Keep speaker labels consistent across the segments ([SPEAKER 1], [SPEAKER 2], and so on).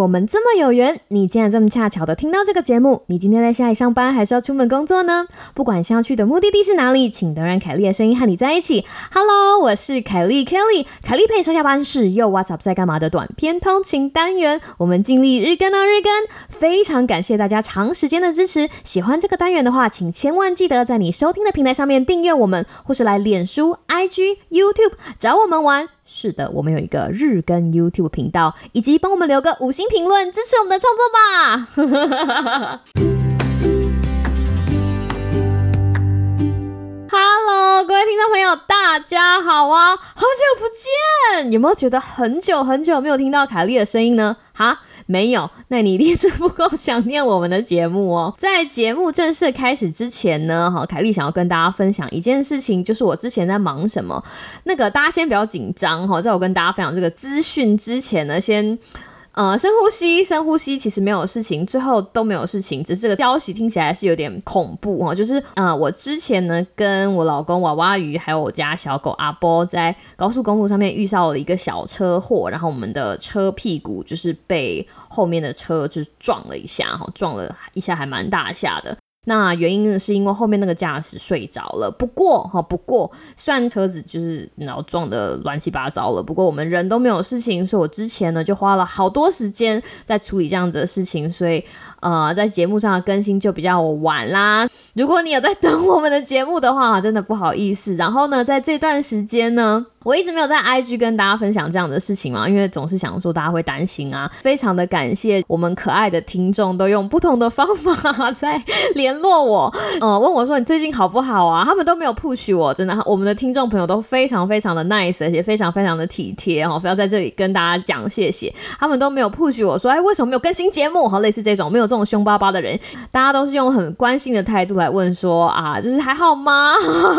[SPEAKER 1] 我们这么有缘，你竟然这么恰巧的听到这个节目。你今天在家里上班还是要出门工作呢？不管是要去的目的地是哪里，请都让凯莉的声音和你在一起。Hello， 我是凯莉 Kelly， 凯莉陪你上下班是又 What's Up 在干嘛的短篇通勤单元。我们尽力日更啊日更，非常感谢大家长时间的支持。喜欢这个单元的话，请千万记得在你收听的平台上面订阅我们，或是来脸书、IG、YouTube 找我们玩。是的，我们有一个日更 YouTube 频道，以及帮我们留个5星评论，支持我们的创作吧。Hello， 各位听众朋友，大家好啊！好久不见，有没有觉得很久很久没有听到凯莉的声音呢？哈？没有，那你一定是不够想念我们的节目哦。在节目正式开始之前呢，凯莉想要跟大家分享一件事情，就是我之前在忙什么。那个大家先不要紧张，在我跟大家分享这个资讯之前呢，先深呼吸，其实没有事情，最后都没有事情，只是这个消息听起来是有点恐怖就是我之前呢跟我老公娃娃鱼还有我家小狗阿波在高速公路上面遇到了一个小车祸，然后我们的车屁股就是被后面的车就是撞了一下还蛮大下的。那原因呢是因为后面那个驾驶睡着了，不过虽然车子就是撞得乱七八糟了，不过我们人都没有事情，所以我之前呢就花了好多时间在处理这样子的事情，所以在节目上的更新就比较晚啦。如果你有在等我们的节目的话，真的不好意思。然后呢，在这段时间呢，我一直没有在 IG 跟大家分享这样的事情嘛，因为总是想说大家会担心啊。非常的感谢我们可爱的听众都用不同的方法在联络我，问我说你最近好不好啊？他们都没有 push 我，真的，我们的听众朋友都非常非常的 nice， 而且非常非常的体贴非要在这里跟大家讲谢谢。他们都没有 push 我说，为什么没有更新节目？类似这种没有这种凶巴巴的人，大家都是用很关心的态度来问说就是还好吗？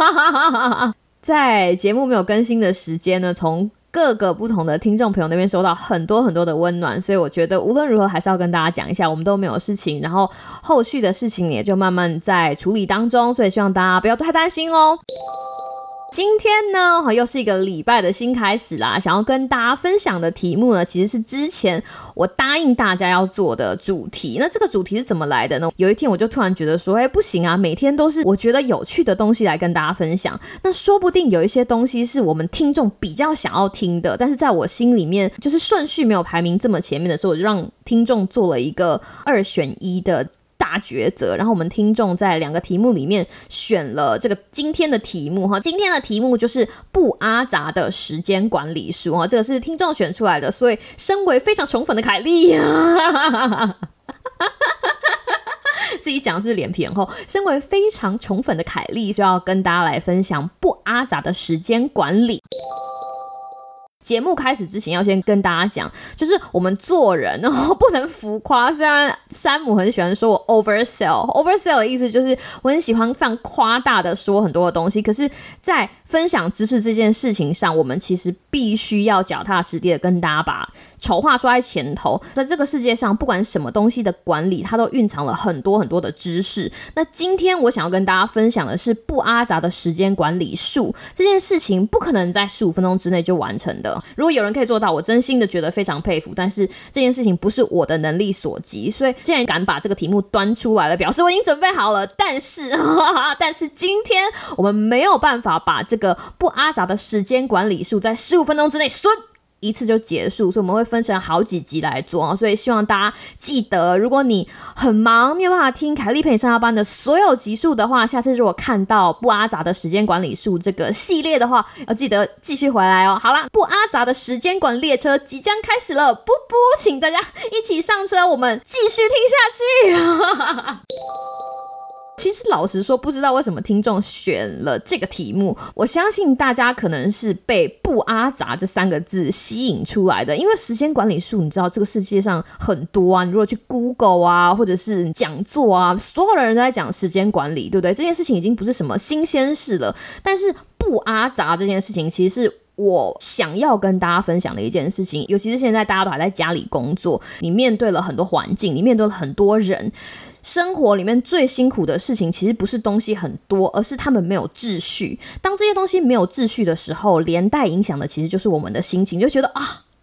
[SPEAKER 1] 在节目没有更新的时间呢，从各个不同的听众朋友那边收到很多很多的温暖，所以我觉得无论如何还是要跟大家讲一下，我们都没有事情，然后后续的事情也就慢慢在处理当中，所以希望大家不要太担心哦。今天呢，又是一个礼拜的新开始啦，想要跟大家分享的题目呢，其实是之前我答应大家要做的主题。那这个主题是怎么来的呢？有一天我就突然觉得说，不行啊，每天都是我觉得有趣的东西来跟大家分享。那说不定有一些东西是我们听众比较想要听的，但是在我心里面就是顺序没有排名这么前面的时候，我就让听众做了一个2选1的大抉择，然后我们听众在2个题目里面选了这个今天的题目今天的题目就是不阿杂的时间管理术这个是听众选出来的，所以身为非常宠粉的凯莉自己讲是脸皮很厚，身为非常宠粉的凯莉就要跟大家来分享不阿杂的时间管理。节目开始之前要先跟大家讲，就是我们做人不能浮夸。虽然山姆很喜欢说我 oversell 的意思就是我很喜欢非常夸大的说很多的东西，可是在分享知识这件事情上，我们其实必须要脚踏实地的跟大家把丑话说在前头。在这个世界上，不管什么东西的管理，它都蕴藏了很多很多的知识。那今天我想要跟大家分享的是不阿杂的时间管理术。这件事情不可能在15分钟之内就完成的，如果有人可以做到，我真心的觉得非常佩服，但是这件事情不是我的能力所及，所以既然敢把这个题目端出来了，表示我已经准备好了。但是今天我们没有办法把这个不阿杂的时间管理术在15分钟之内一次就结束，所以我们会分成好几集来做所以希望大家记得，如果你很忙没有办法听凯莉陪你上下班的所有集数的话，下次如果看到不阿杂的时间管理术这个系列的话，要记得继续回来好啦，不阿杂的时间管列车即将开始了，请大家一起上车，我们继续听下去其实老实说，不知道为什么听众选了这个题目，我相信大家可能是被不阿杂这3个字吸引出来的，因为时间管理术你知道这个世界上很多你如果去 Google 或者是讲座所有的人都在讲时间管理，对不对？这件事情已经不是什么新鲜事了，但是不阿杂这件事情其实是我想要跟大家分享的一件事情，尤其是现在大家都还在家里工作，你面对了很多环境，你面对了很多人，生活里面最辛苦的事情其实不是东西很多，而是他们没有秩序。当这些东西没有秩序的时候，连带影响的其实就是我们的心情，就觉得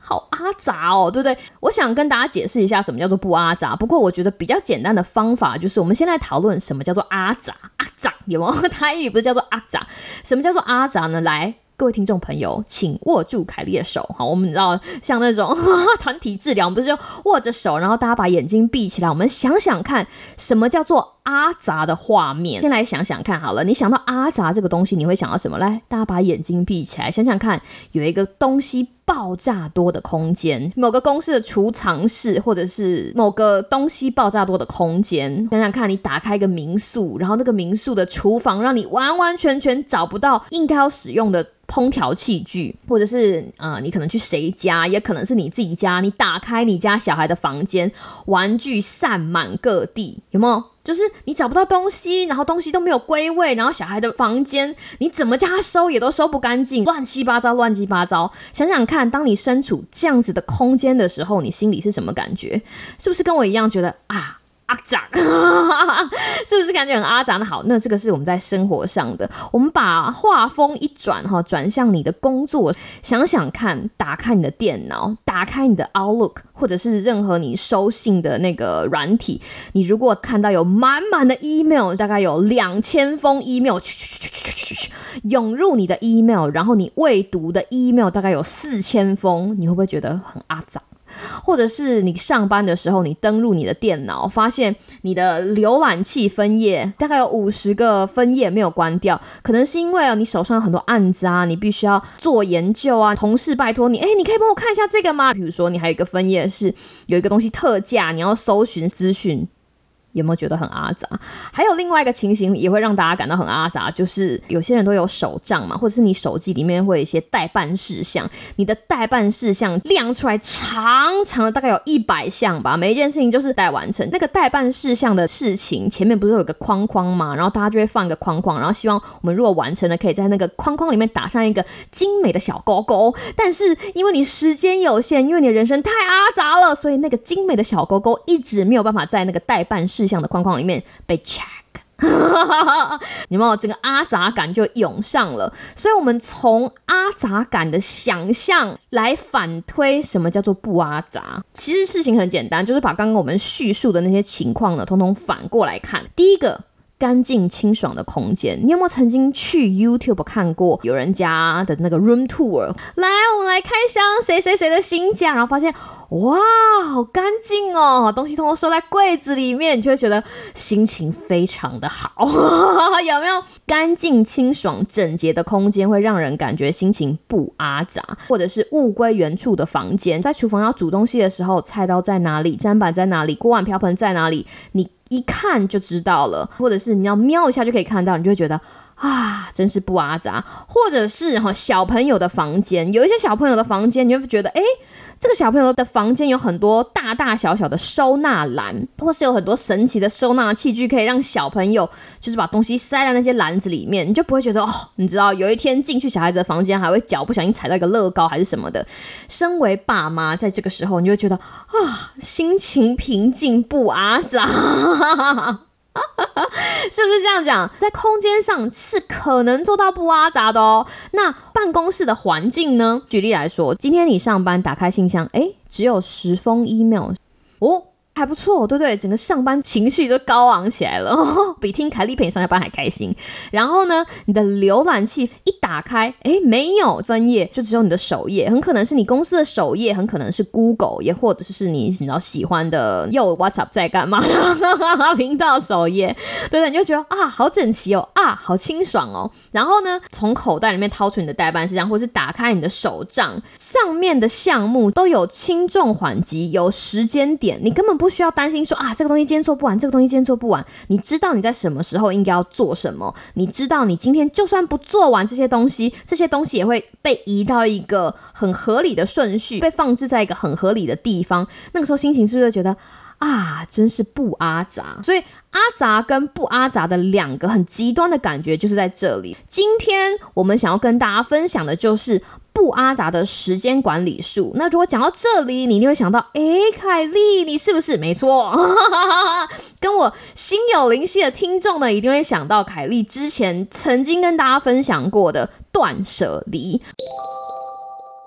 [SPEAKER 1] 好阿杂哦，对不对？我想跟大家解释一下什么叫做不阿杂，不过我觉得比较简单的方法就是我们先来讨论什么叫做阿杂。阿杂有没有？台语不是叫做阿杂？什么叫做阿杂呢？来，各位听众朋友，请握住凯莉的手。好，我们知道像那种团体治疗，我们不是就握着手，然后大家把眼睛闭起来，我们想想看什么叫做阿杂的画面。先来想想看好了，你想到阿杂这个东西，你会想到什么？来，大家把眼睛闭起来，想想看，有一个东西爆炸多的空间，某个公司的储藏室，或者是某个东西爆炸多的空间。想想看，你打开一个民宿，然后那个民宿的厨房让你完完全全找不到应该要使用的烹调器具，或者是你可能去谁家，也可能是你自己家，你打开你家小孩的房间，玩具散满各地，有没有？就是你找不到东西，然后东西都没有归位，然后小孩的房间你怎么叫他收也都收不干净，乱七八糟乱七八糟。想想看，当你身处这样子的空间的时候，你心里是什么感觉？是不是跟我一样觉得阿杂是不是感觉很阿杂？那好，那这个是我们在生活上的。我们把画风一转，转向你的工作，想想看，打开你的电脑，打开你的 Outlook， 或者是任何你收信的那个软体，你如果看到有满满的 email， 大概有2000封 email 涌入你的 email， 然后你未读的 email 大概有4000封，你会不会觉得很阿杂？或者是你上班的时候，你登录你的电脑，发现你的浏览器分页大概有50个分页没有关掉，可能是因为你手上有很多案子啊，你必须要做研究啊，同事拜托你，你可以帮我看一下这个吗？比如说你还有一个分页是有一个东西特价，你要搜寻资讯。有没有觉得很阿杂？还有另外一个情形也会让大家感到很阿杂，就是有些人都有手账嘛，或者是你手机里面会有一些待办事项，你的待办事项亮出来长长的，大概有100项吧，每一件事情就是待完成。那个待办事项的事情前面不是有一个框框吗？然后大家就会放一个框框，然后希望我们如果完成了，可以在那个框框里面打上一个精美的小勾勾。但是因为你时间有限，因为你的人生太阿杂了，所以那个精美的小勾勾一直没有办法在那个待办事项的框框里面被 check。有没有整个阿杂感就涌上了？所以我们从阿杂感的想象来反推什么叫做不阿杂。其实事情很简单，就是把刚刚我们叙述的那些情况呢，统统反过来看。第一个，干净清爽的空间。你有没有曾经去 YouTube 看过有人家的那个 room tour？ 来，我们来开箱谁谁谁的新家，然后发现哇，好干净哦，东西通通收在柜子里面，你就会觉得心情非常的好。有没有？干净清爽整洁的空间会让人感觉心情不阿杂。或者是物归原处的房间，在厨房要煮东西的时候，菜刀在哪里，砧板在哪里，锅碗瓢盆在哪里，你一看就知道了。或者是你要瞄一下就可以看到，你就会觉得真是不阿杂。或者是小朋友的房间，有一些小朋友的房间，你会觉得这个小朋友的房间有很多大大小小的收纳篮，或是有很多神奇的收纳器具，可以让小朋友就是把东西塞在那些篮子里面，你就不会觉得你知道有一天进去小孩子的房间，还会脚不小心踩到一个乐高还是什么的。身为爸妈，在这个时候你就会觉得心情平静不阿杂。是不是这样讲？在空间上是可能做到不阿杂的哦。那办公室的环境呢？举例来说，今天你上班打开信箱，只有10封 email 还不错，对不对？整个上班情绪就高昂起来了，比听凯莉陪你上下班还开心。然后呢，你的浏览器一打开，没有分页，就只有你的首页，很可能是你公司的首页，很可能是 Google， 也或者是你知道喜欢的WhatsApp 在干嘛频道首页，对对，你就觉得好整齐哦，好清爽哦。然后呢，从口袋里面掏出你的待办事项，或是打开你的手账，上面的项目都有轻重缓急，有时间点，你根本不需要担心说这个东西今天做不完，这个东西今天做不完。你知道你在什么时候应该要做什么，你知道你今天就算不做完这些东西也会被移到一个很合理的顺序，被放置在一个很合理的地方。那个时候心情是不是觉得真是不阿杂？所以阿杂跟不阿杂的两个很极端的感觉就是在这里。今天我们想要跟大家分享的就是不阿杂的时间管理术。那如果讲到这里，你一定会想到凯莉，你是不是？没错跟我心有灵犀的听众呢，一定会想到凯莉之前曾经跟大家分享过的断舍离。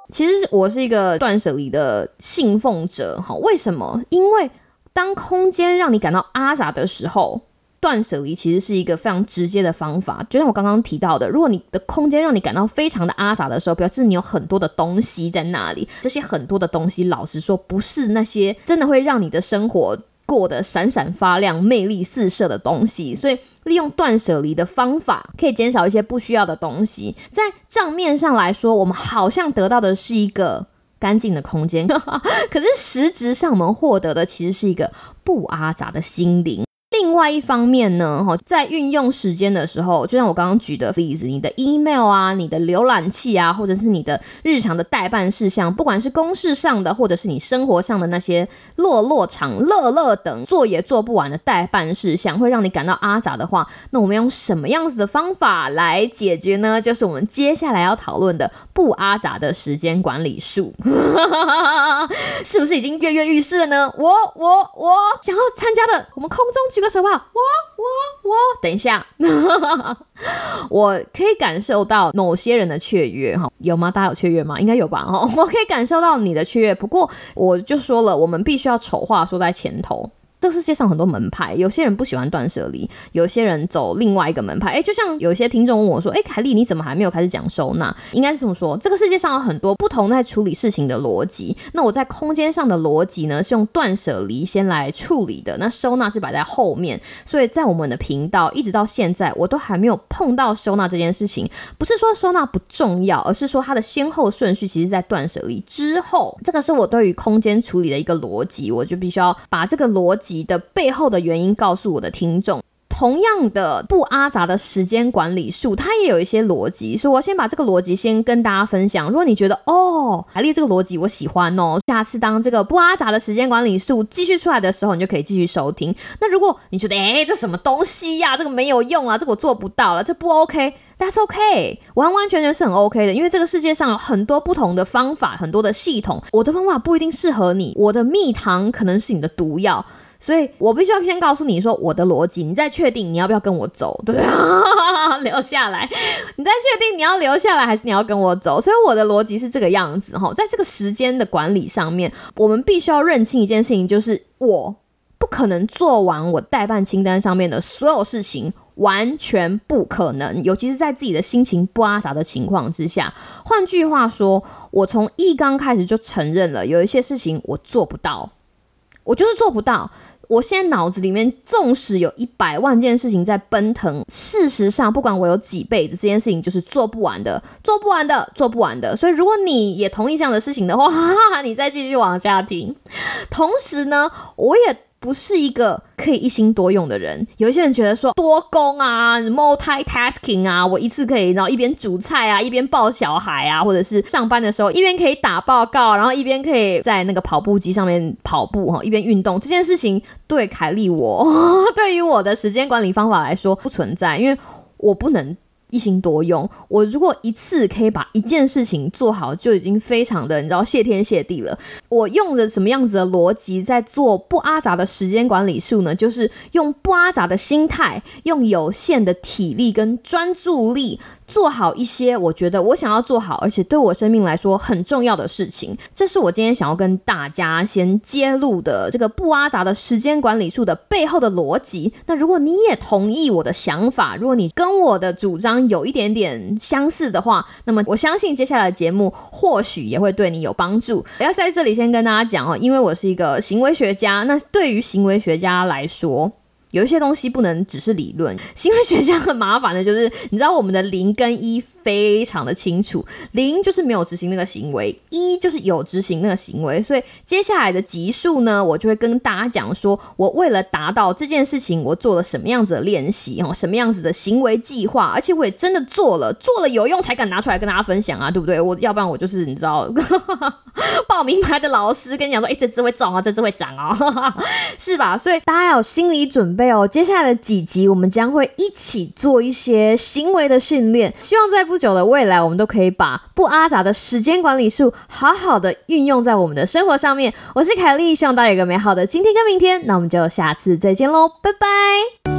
[SPEAKER 1] 其实我是一个断舍离的信奉者，为什么？因为当空间让你感到阿杂的时候，断舍离其实是一个非常直接的方法。就像我刚刚提到的，如果你的空间让你感到非常的阿杂的时候，表示你有很多的东西在那里，这些很多的东西老实说不是那些真的会让你的生活过得闪闪发亮魅力四射的东西，所以利用断舍离的方法可以减少一些不需要的东西。在账面上来说，我们好像得到的是一个干净的空间可是实质上我们获得的其实是一个不阿杂的心灵。另外一方面呢，在运用时间的时候，就像我刚刚举的例子，你的 email 啊，你的浏览器啊，或者是你的日常的待办事项，不管是公事上的或者是你生活上的那些落长乐乐等做也做不完的待办事项，会让你感到阿杂的话，那我们用什么样子的方法来解决呢？就是我们接下来要讨论的不阿杂的时间管理术是不是已经跃跃欲试了呢？我想要参加的，我们空中举个手吧。我等一下我可以感受到某些人的雀跃，有吗？大家有雀跃吗？应该有吧。我可以感受到你的雀跃，不过我就说了，我们必须要丑话说在前头。这个世界上很多门派，有些人不喜欢断舍离，有些人走另外一个门派。就像有些听众问我说，凯莉你怎么还没有开始讲收纳？应该是这么说，这个世界上有很多不同在处理事情的逻辑，那我在空间上的逻辑呢，是用断舍离先来处理的，那收纳是摆在后面。所以在我们的频道一直到现在，我都还没有碰到收纳这件事情。不是说收纳不重要，而是说它的先后顺序其实在断舍离之后。这个是我对于空间处理的一个逻辑，我就必须要把这个逻辑的背后的原因告诉我的听众。同样的不阿杂的时间管理术，它也有一些逻辑，所以我先把这个逻辑先跟大家分享。如果你觉得海莉这个逻辑我喜欢下次当这个不阿杂的时间管理术继续出来的时候，你就可以继续收听。那如果你觉得这什么东西呀，这个没有用啊，这个我做不到了，这不 OK，That's OK， 完完全全是很 OK 的，因为这个世界上有很多不同的方法，很多的系统，我的方法不一定适合你，我的蜜糖可能是你的毒药，所以我必须要先告诉你说我的逻辑，你再确定你要不要跟我走，对不对？留下来，你再确定你要留下来还是你要跟我走。所以我的逻辑是这个样子，在这个时间的管理上面，我们必须要认清一件事情，就是我不可能做完我待办清单上面的所有事情，完全不可能，尤其是在自己的心情不阿杂的情况之下。换句话说，我从一刚开始就承认了有一些事情我做不到，我就是做不到。我现在脑子里面纵使有100万件事情在奔腾，事实上不管我有几辈子，这件事情就是做不完的。所以如果你也同意这样的事情的话，你再继续往下听。同时呢，我也不是一个可以一心多用的人。有一些人觉得说多工啊 multitasking 啊，我一次可以然后一边煮菜啊，一边抱小孩啊，或者是上班的时候一边可以打报告，然后一边可以在那个跑步机上面跑步，一边运动。这件事情对凯莉对于我的时间管理方法来说不存在，因为我不能一心多用。我如果一次可以把一件事情做好，就已经非常的你知道谢天谢地了。我用着什么样子的逻辑在做不阿杂的时间管理术呢？就是用不阿杂的心态，用有限的体力跟专注力，做好一些我觉得我想要做好而且对我生命来说很重要的事情。这是我今天想要跟大家先揭露的这个不阿杂的时间管理术的背后的逻辑。那如果你也同意我的想法，如果你跟我的主张有一点点相似的话，那么我相信接下来的节目或许也会对你有帮助。要在这里先跟大家讲因为我是一个行为学家，那对于行为学家来说，有一些东西不能只是理论。行为学家很麻烦的就是你知道我们的0跟1非常的清楚，0就是没有执行那个行为，1就是有执行那个行为。所以接下来的集数呢，我就会跟大家讲说我为了达到这件事情我做了什么样子的练习，什么样子的行为计划，而且我也真的做了有用才敢拿出来跟大家分享啊，对不对？要不然我就是你知道报名牌的老师跟你讲说这只会中这只会长是吧？所以大家要有心理准备接下来的几集我们将会一起做一些行为的训练，希望在不久的未来我们都可以把不阿杂的时间管理术好好的运用在我们的生活上面。我是凯莉，希望大家有个美好的今天跟明天，那我们就下次再见咯，拜拜。